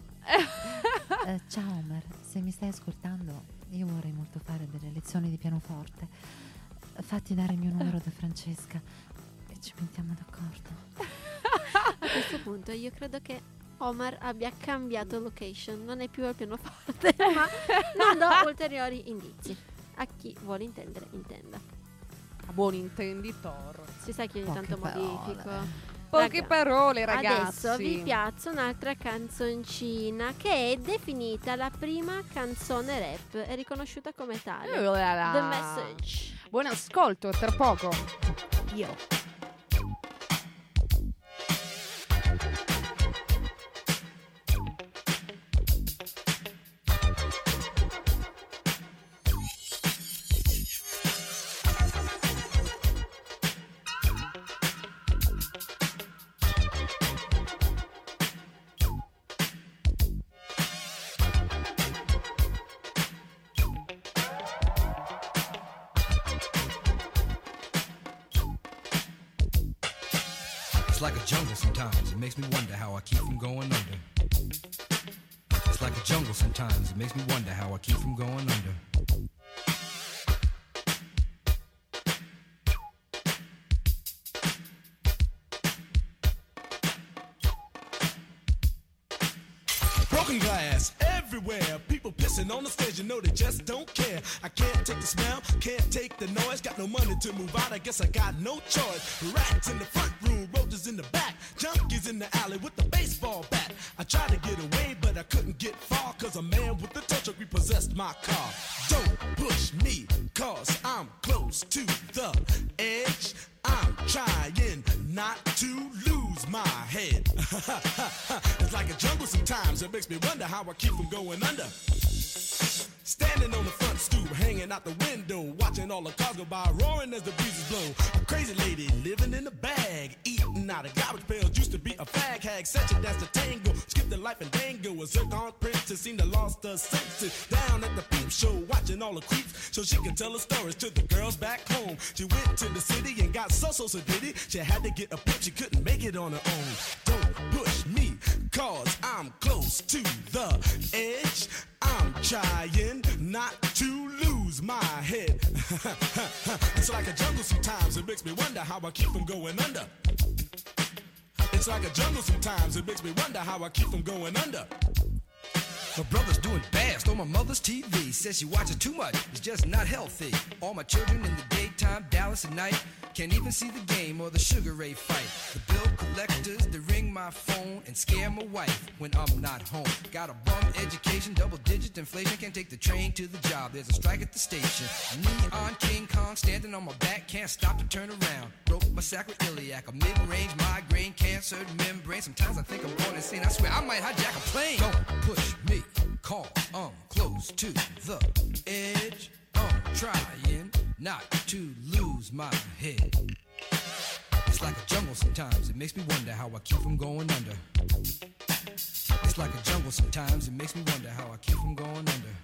Eh, ciao Omer, se mi stai ascoltando, io vorrei molto fare delle lezioni di pianoforte. Fatti dare il mio numero da Francesca e ci mettiamo d'accordo. A questo punto io credo che Omar abbia cambiato location. Non è più al pianoforte, ma non do ulteriori indizi. A chi vuole intendere, intenda. A buon intenditor. Si sa che ogni Poche tanto parole. modifico. Poche Raga, parole, ragazzi. Adesso vi piazzo un'altra canzoncina che è definita la prima canzone rap. È riconosciuta come tale. Oh là là. The Message. Buon ascolto, tra poco. Io. It's like a jungle sometimes. It makes me wonder how I keep from going under. It's like a jungle sometimes. It makes me wonder how I keep from going under. Broken glass everywhere. People pissing on the stage, you know they just don't care. I can't take the smell, can't take the noise. Got no money to move out, I guess I got no choice. Rats in the front room, roaches in the back. Junkies in the alley with the baseball bat. I tried to get away, but I couldn't get far. Cause a man with a tow truck repossessed my car. Don't push me, cause I'm close to the edge. I'm trying not to lose my head. It's like a jungle sometimes. It makes me wonder how I keep from going under. Standing on the front stoop, hanging out the window, watching all the cars go by, roaring as the breezes blow. A crazy lady living in a bag, eating out of garbage pails. Used to be a fag hag, such a dance to tango. Skipped the life and dango. A zircon princess seemed to lost her senses. Down at the peep show, watching all the creeps, so she could tell her stories to the girls back home. She went to the city and got so so so diddy. She had to get a pimp, she couldn't make it on her own. Don't push me, cause I'm close to the edge. I'm trying not to lose my head. It's like a jungle sometimes. It makes me wonder how I keep from going under. It's like a jungle sometimes. It makes me wonder how I keep from going under. My brother's doing best on my mother's T V. Says she watches too much, it's just not healthy. All my children in the daytime, Dallas at night. Can't even see the game or the Sugar Ray fight. The bill collectors, they ring my phone and scare my wife when I'm not home. Got a bum education, double digit inflation. Can't take the train to the job, there's a strike at the station. Neon King Kong standing on my back, can't stop to turn around. Broke my sacroiliac, a mid-range migraine, cancer membrane. Sometimes I think I'm going insane, I swear I might hijack a plane. Don't push me, call, I'm close to the edge. I'm trying not to lose my head. It's like a jungle sometimes, it makes me wonder how I keep from going under. It's like a jungle sometimes, it makes me wonder how I keep from going under.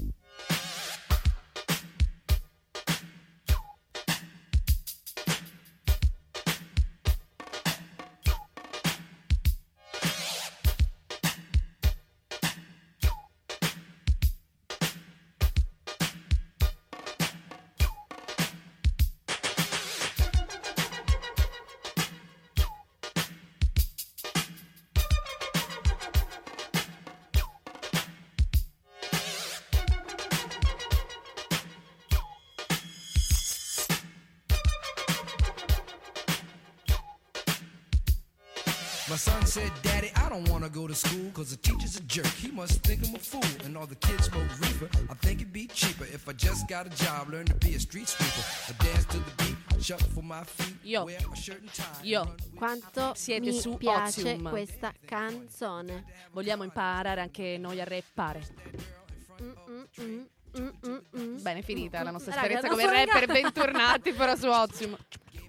My son said, Daddy, I don't want to go to school cause the teacher's a jerk. He must think I'm a fool and all the kids smoke reefer. I think it'd be cheaper if I just got a job, learn to be a street sweeper. I dance to the beat, shuffle my feet, Io, wear a shirt and tie. io, Quanto Siete mi su piace Ozium. questa canzone. vogliamo imparare anche noi a rappare. Mm, mm, mm, mm, mm, mm. Bene, finita la nostra Raga, esperienza non come so rapper. neanche- Bentornati però su Ozium.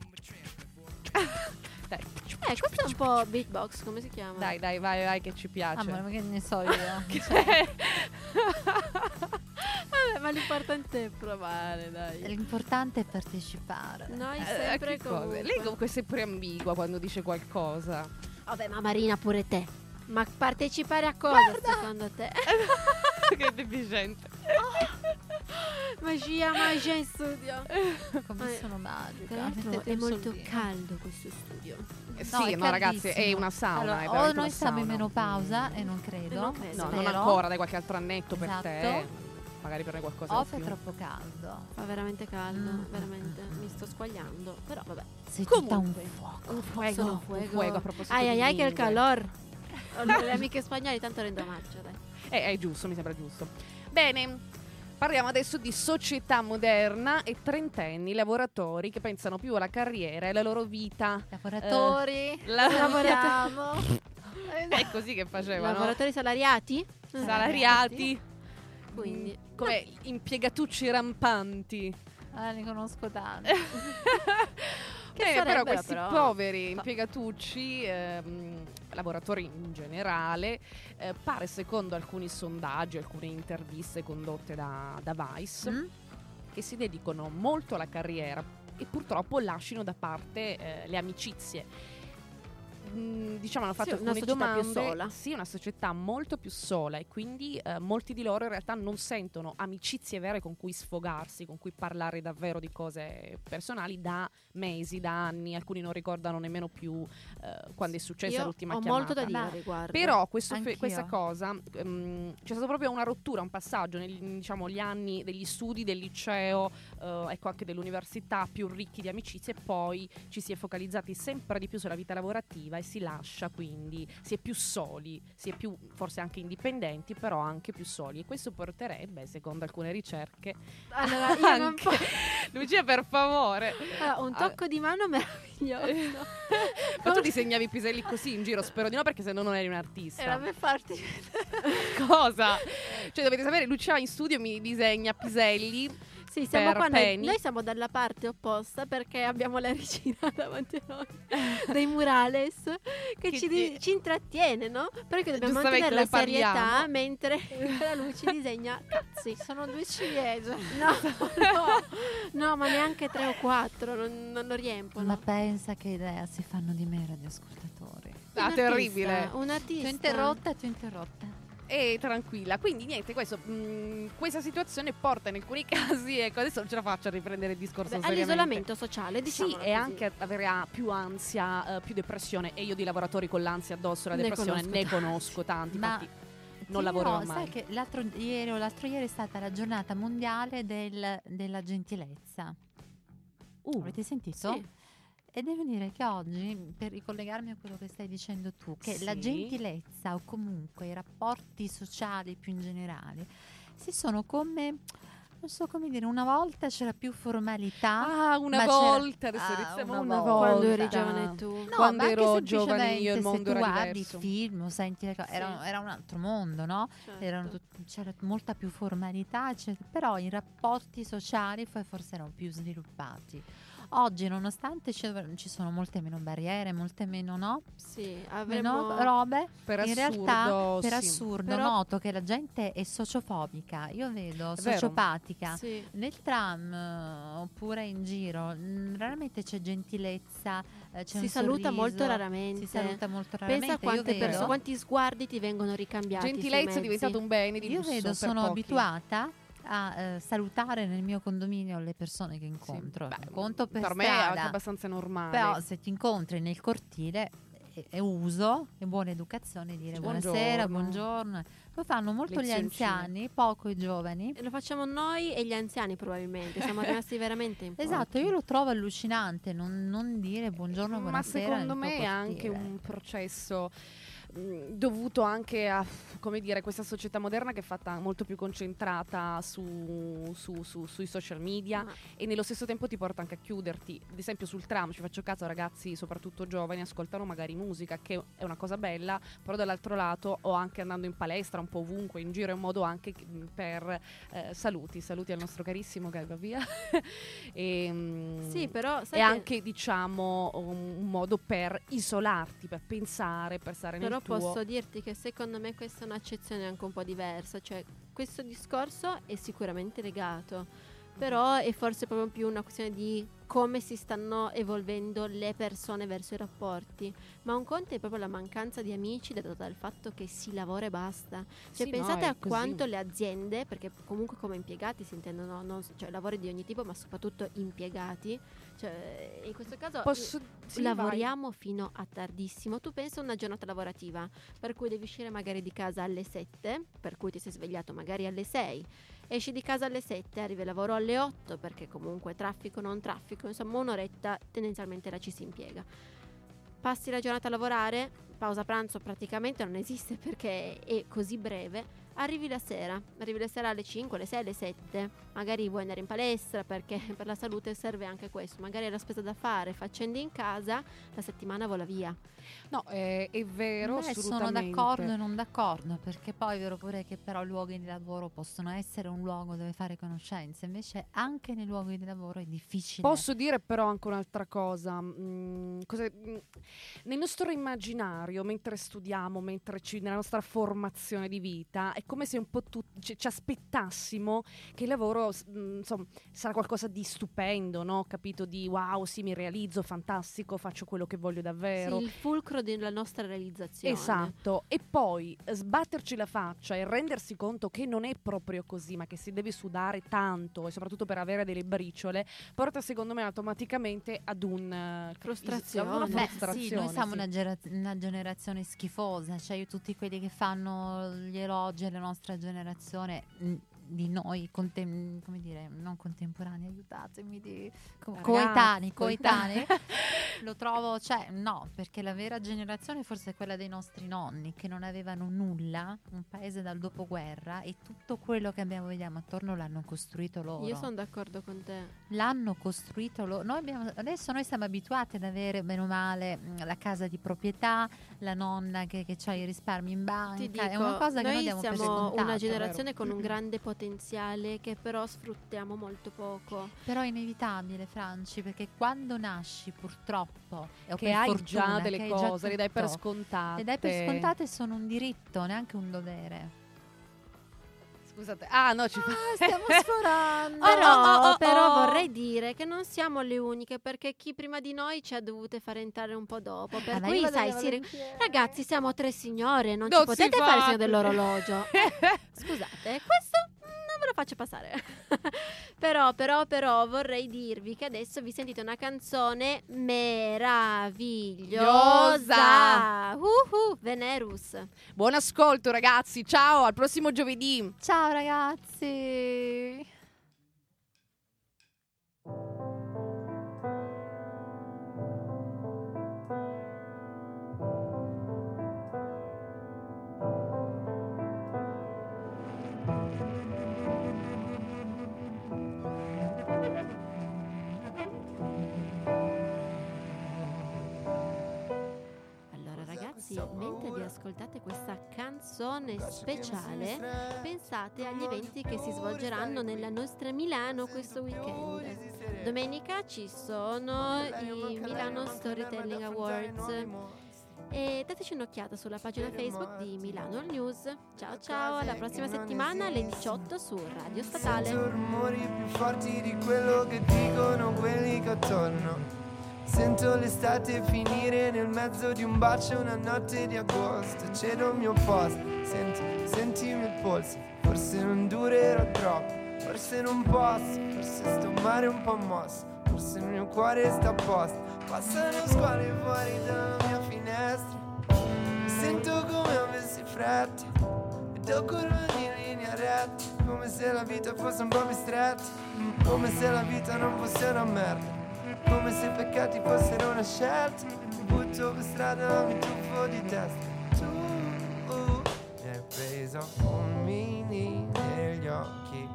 Dai, Eh, questo è un po' beatbox, come si chiama? dai, dai, vai, vai, che ci Ah, piace. ma che ne so io. Vabbè, ma l'importante è provare, dai. L'importante è partecipare. Noi Eh, sempre che cosa? comunque. Lei comunque è sempre ambigua quando dice qualcosa. Vabbè, ma Marina pure te. Ma partecipare a cosa secondo te? Che deficiente. Magia, magia in studio. Come Eh, sono magica. Tra l'altro mettete è un molto soldino. caldo questo studio. Eh, No, sì, è no, ragazzi, è caldissimo. una sauna. Allora, è o veramente noi una siamo in sauna. menopausa e non credo. Eh, non credo. No, spero. non ancora, dai qualche altro annetto per Esatto. te. Magari per noi qualcosa O di fa più. troppo caldo. Fa veramente caldo, Mm. veramente. Mi sto squagliando. Però vabbè. Sei tutta un Comunque. fuoco. Un fuego, Sono un fuego. fuego a proposito Ai di ai ai che il lingue. calor. Allora, le amiche spagnole tanto rendo omaggio, dai. Eh, è giusto, mi sembra giusto. Bene, parliamo adesso di società moderna e trentenni, lavoratori che pensano più alla carriera e alla loro vita. Lavoratori. La- lavoriamo. È così che facevano. Lavoratori salariati? Salariati. Quindi. Mm, come impiegatucci rampanti. Ah, ne conosco tanti. Che però sarebbero, questi però? poveri impiegatucci, ehm, lavoratori in generale, eh, pare secondo alcuni sondaggi, alcune interviste condotte da, da Vice, Mm? che si dedicano molto alla carriera e purtroppo lasciano da parte eh, le amicizie. Mm, diciamo hanno fatto Sì, una alcune società più domande. sola. Sì, una società molto più sola e quindi eh, molti di loro in realtà non sentono amicizie vere con cui sfogarsi, con cui parlare davvero di cose personali da mesi, da anni. Alcuni non ricordano nemmeno più eh, quando è successa Io l'ultima ho chiamata. molto da dire Ma- al riguardo. Però questo fe- Anch'io. questa cosa ehm, c'è stata proprio una rottura, un passaggio negli diciamo, gli anni degli studi del liceo, eh, ecco anche dell'università, più ricchi di amicizie, e poi ci si è focalizzati sempre di più sulla vita lavorativa e si lascia, quindi si è più soli, si è più forse anche indipendenti, però anche più soli, e questo porterebbe, secondo alcune ricerche, Allora, io non anche posso. Lucia, per favore. Allora, un tocco di mano meraviglioso. Ma tu disegnavi i piselli così in giro? Spero di no, perché se no non eri un artista. Era per farti Cosa? Cioè dovete sapere, Lucia in studio mi disegna piselli. Sì, siamo Per qua noi, Penny. noi siamo dalla parte opposta perché abbiamo la regina davanti a noi dei murales che, Che ci, ti- di- ci intrattiene, no? Perché dobbiamo Giustamente mantenere la ne parliamo. serietà mentre la luce disegna cazzi. Sono due ciliegie. No, no, no, ma neanche tre o quattro, non, non lo riempiono. Ma pensa che idea si fanno di me, radioascoltatori. Ah, Un terribile. artista, Un artista. Ti ho interrotta, ti ho interrotta. E tranquilla. Quindi niente, questo, mh, questa situazione porta in alcuni casi, ecco, adesso non ce la faccio a riprendere il discorso Beh, seriamente. all'isolamento sociale, diciamo. Sì, e anche a- avere a- più ansia, eh, più depressione. E io di lavoratori con l'ansia addosso, la Ne depressione, conosco ne tanti. conosco tanti. Ma infatti, non Ti lavorerò dirò, mai. sai che l'altro ieri o l'altro ieri è stata la giornata mondiale del- della gentilezza. Uh, Avete sentito? Sì. E devo dire che oggi, per ricollegarmi a quello che stai dicendo tu, che la Sì. gentilezza o comunque i rapporti sociali più in generale si sono come, non so come dire, una volta c'era più formalità. Ah, una ma c'era- volta, adesso Ah, iniziamo una una volta. volta. Quando eri giovane tu. No, Quando ma anche ero giovane io, il semplicemente mondo se tu era guardi diverso. film o senti le cose, era, Sì. era un altro mondo, no? Certo. Erano tut- c'era molta più formalità, eccetera, però i rapporti sociali poi forse erano più sviluppati. Oggi, nonostante ci, ci sono molte meno barriere, molte meno, no? Sì, Meno avremmo... robe, Per in assurdo, realtà per sì. assurdo Però- noto che la gente è sociofobica, io vedo È vero. sociopatica. Sì. Nel tram eh, oppure in giro mh, raramente c'è gentilezza, eh, c'è Si un saluta sorriso, molto raramente. si saluta molto raramente. Pensa quante io vedo, perso- quanti sguardi ti vengono ricambiati. Gentilezza è sui mezzi. diventato un bene di io lusso vedo, per sono pochi. abituata a eh, salutare nel mio condominio le persone che Sì. incontro. Beh, Conto per, per me è strada, anche abbastanza normale. però se ti incontri nel cortile è, è uso, è buona educazione dire buonasera, Buongiorno. buongiorno. Lo fanno molto gli Lezioncine. anziani, poco i giovani. E lo facciamo noi e gli anziani probabilmente. Siamo rimasti veramente in pochi. Esatto, io lo trovo allucinante non, non dire buongiorno, Ma buonasera. secondo nel tuo me è anche cortile. un processo mh, dovuto anche a, come dire, questa società moderna che è fatta molto più concentrata su, su- su- sui social media Ma- e nello stesso tempo ti porta anche a chiuderti. Ad esempio sul tram, ci faccio caso, ragazzi soprattutto giovani ascoltano magari musica, che è una cosa bella, però dall'altro lato o anche andando in palestra un po' ovunque in giro è un modo anche mh, per eh, saluti, saluti al nostro carissimo Gai va via. e, mh, Sì, però è sai che- anche diciamo un, un modo per isolarti, per pensare, per stare Però nel tuo. posso dirti che secondo me questa è un'accezione anche un po' diversa, cioè questo discorso è sicuramente legato, però è forse proprio più una questione di come si stanno evolvendo le persone verso i rapporti, ma un conto è proprio la mancanza di amici dato dal fatto che si lavora e basta. Cioè Sì, no, pensate è a così. quanto le aziende, perché comunque come impiegati si intendono non, cioè lavori di ogni tipo, ma soprattutto impiegati, cioè in questo caso Posso sì, lavoriamo fino a tardissimo. Tu pensa a una giornata lavorativa per cui devi uscire magari di casa alle sette, per cui ti sei svegliato magari alle sei, esci di casa alle sette, arrivi al lavoro alle otto, perché comunque traffico non traffico, insomma un'oretta tendenzialmente la ci si impiega. Passi la giornata a lavorare, pausa pranzo praticamente non esiste perché è così breve. Arrivi la sera, arrivi la sera alle cinque, alle sei, alle sette, magari vuoi andare in palestra perché per la salute serve anche questo, magari hai la spesa da fare, facendo in casa, la settimana vola via. No, è, è vero, Beh, sono assolutamente. d'accordo e non d'accordo, perché poi è vero pure che però i luoghi di lavoro possono essere un luogo dove fare conoscenze, invece anche nei luoghi di lavoro è difficile. Posso dire però anche un'altra cosa, mm, cosa- mm, nel nostro immaginario, mentre studiamo, mentre ci, nella nostra formazione di vita, è come se un po' tutti ci, ci aspettassimo che il lavoro s- mm, insomma, sarà qualcosa di stupendo, no? Capito? Di wow, sì, mi realizzo, fantastico, faccio quello che voglio davvero. Sì, il fulcro della nostra realizzazione. Esatto, e poi eh, sbatterci la faccia e rendersi conto che non è proprio così, ma che si deve sudare tanto e soprattutto per avere delle briciole, porta secondo me automaticamente ad un eh, Frustrazione. a una Beh, frustrazione, sì, noi siamo sì. Una, gera- una generazione schifosa, cioè io tutti quelli che fanno gli elogi alla nostra generazione, mh, di noi, contem- come dire, non contemporanei, aiutatemi, di co- Ragazzi, coetanei, coetanei. coetanei, lo trovo, cioè no, perché la vera generazione forse è quella dei nostri nonni che non avevano nulla, un paese dal dopoguerra e tutto quello che abbiamo vediamo attorno l'hanno costruito loro. Io sono d'accordo con te. L'hanno costruito loro. Noi abbiamo, adesso noi siamo abituati ad avere bene o male mh, la casa di proprietà, la nonna che, che ha i risparmi in banca. Ti dico, è una cosa che noi noi diamo per siamo scontato. una generazione con un vero? grande potenziale che però sfruttiamo molto poco. Però è inevitabile, Franci, perché quando nasci purtroppo o Che per hai fortuna, già delle che hai cose, le dai per tutto, scontate. le dai per scontate, sono un diritto, neanche un dovere. Scusate, ah no, ci fa... Stiamo sforando. Però, oh, oh, oh. però vorrei dire che non siamo le uniche, perché chi prima di noi ci ha dovute fare entrare un po' dopo. Per Ah, ma cui, io vado sai, alle si ri- volentieri. ragazzi, siamo tre signore, non, Non ci si potete fa fare il segno così. dell'orologio. Eh, scusate, questo mm, non ve lo faccio passare. però, però, però vorrei dirvi che adesso vi sentite una canzone meravigliosa. Uh-huh, Venerus. Buon ascolto ragazzi, ciao, al prossimo giovedì. Ciao ragazzi. Mentre vi ascoltate questa canzone speciale, pensate agli eventi che si svolgeranno nella nostra Milano questo weekend. Domenica ci sono i Milano Storytelling Awards e dateci un'occhiata sulla pagina Facebook di Milano News. Ciao ciao, alla prossima settimana alle diciotto su Radio Statale. Sento rumori più forti di quello che dicono quelli che attorno. Sento l'estate finire nel mezzo di un bacio, una notte di agosto. Cedo il mio posto, senti, sentimi il polso. Forse non durerò troppo, forse non posso, forse sto male un po' mosso, forse il mio cuore sta a posto. Passano squali fuori dalla mia finestra, mi sento come avessi fretta e tocco in linea retta, come se la vita fosse un po' più stretta, come se la vita non fosse una merda, come se i peccati fossero una scelta. Mi butto per strada, mi tuffo di testa. Tu uh, mi hai preso fulmini negli occhi.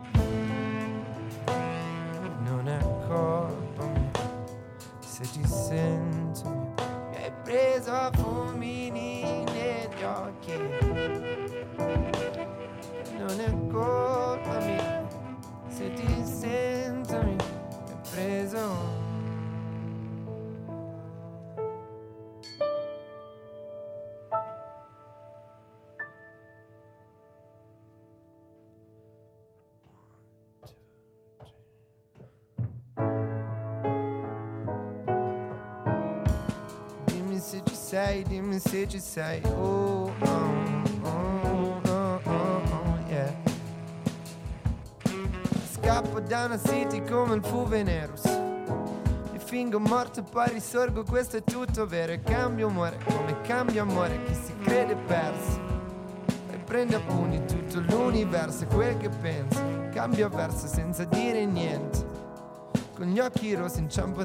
Non è colpa mia se ti sento mio. Mi hai preso a fulmini negli occhi. Non è colpa mia se ti sento mio. Mi hai preso. Sei, dimmi se ci sei. Oh, oh, oh, oh, oh, oh, yeah. Scappo da una city come il fu Venerus. Mi fingo morto e poi risorgo, questo è tutto vero. E cambio amore, come cambia amore chi si crede perso. E prende a pugni tutto l'universo e quel che penso. Cambio verso senza dire niente. Con gli occhi rossi inciampo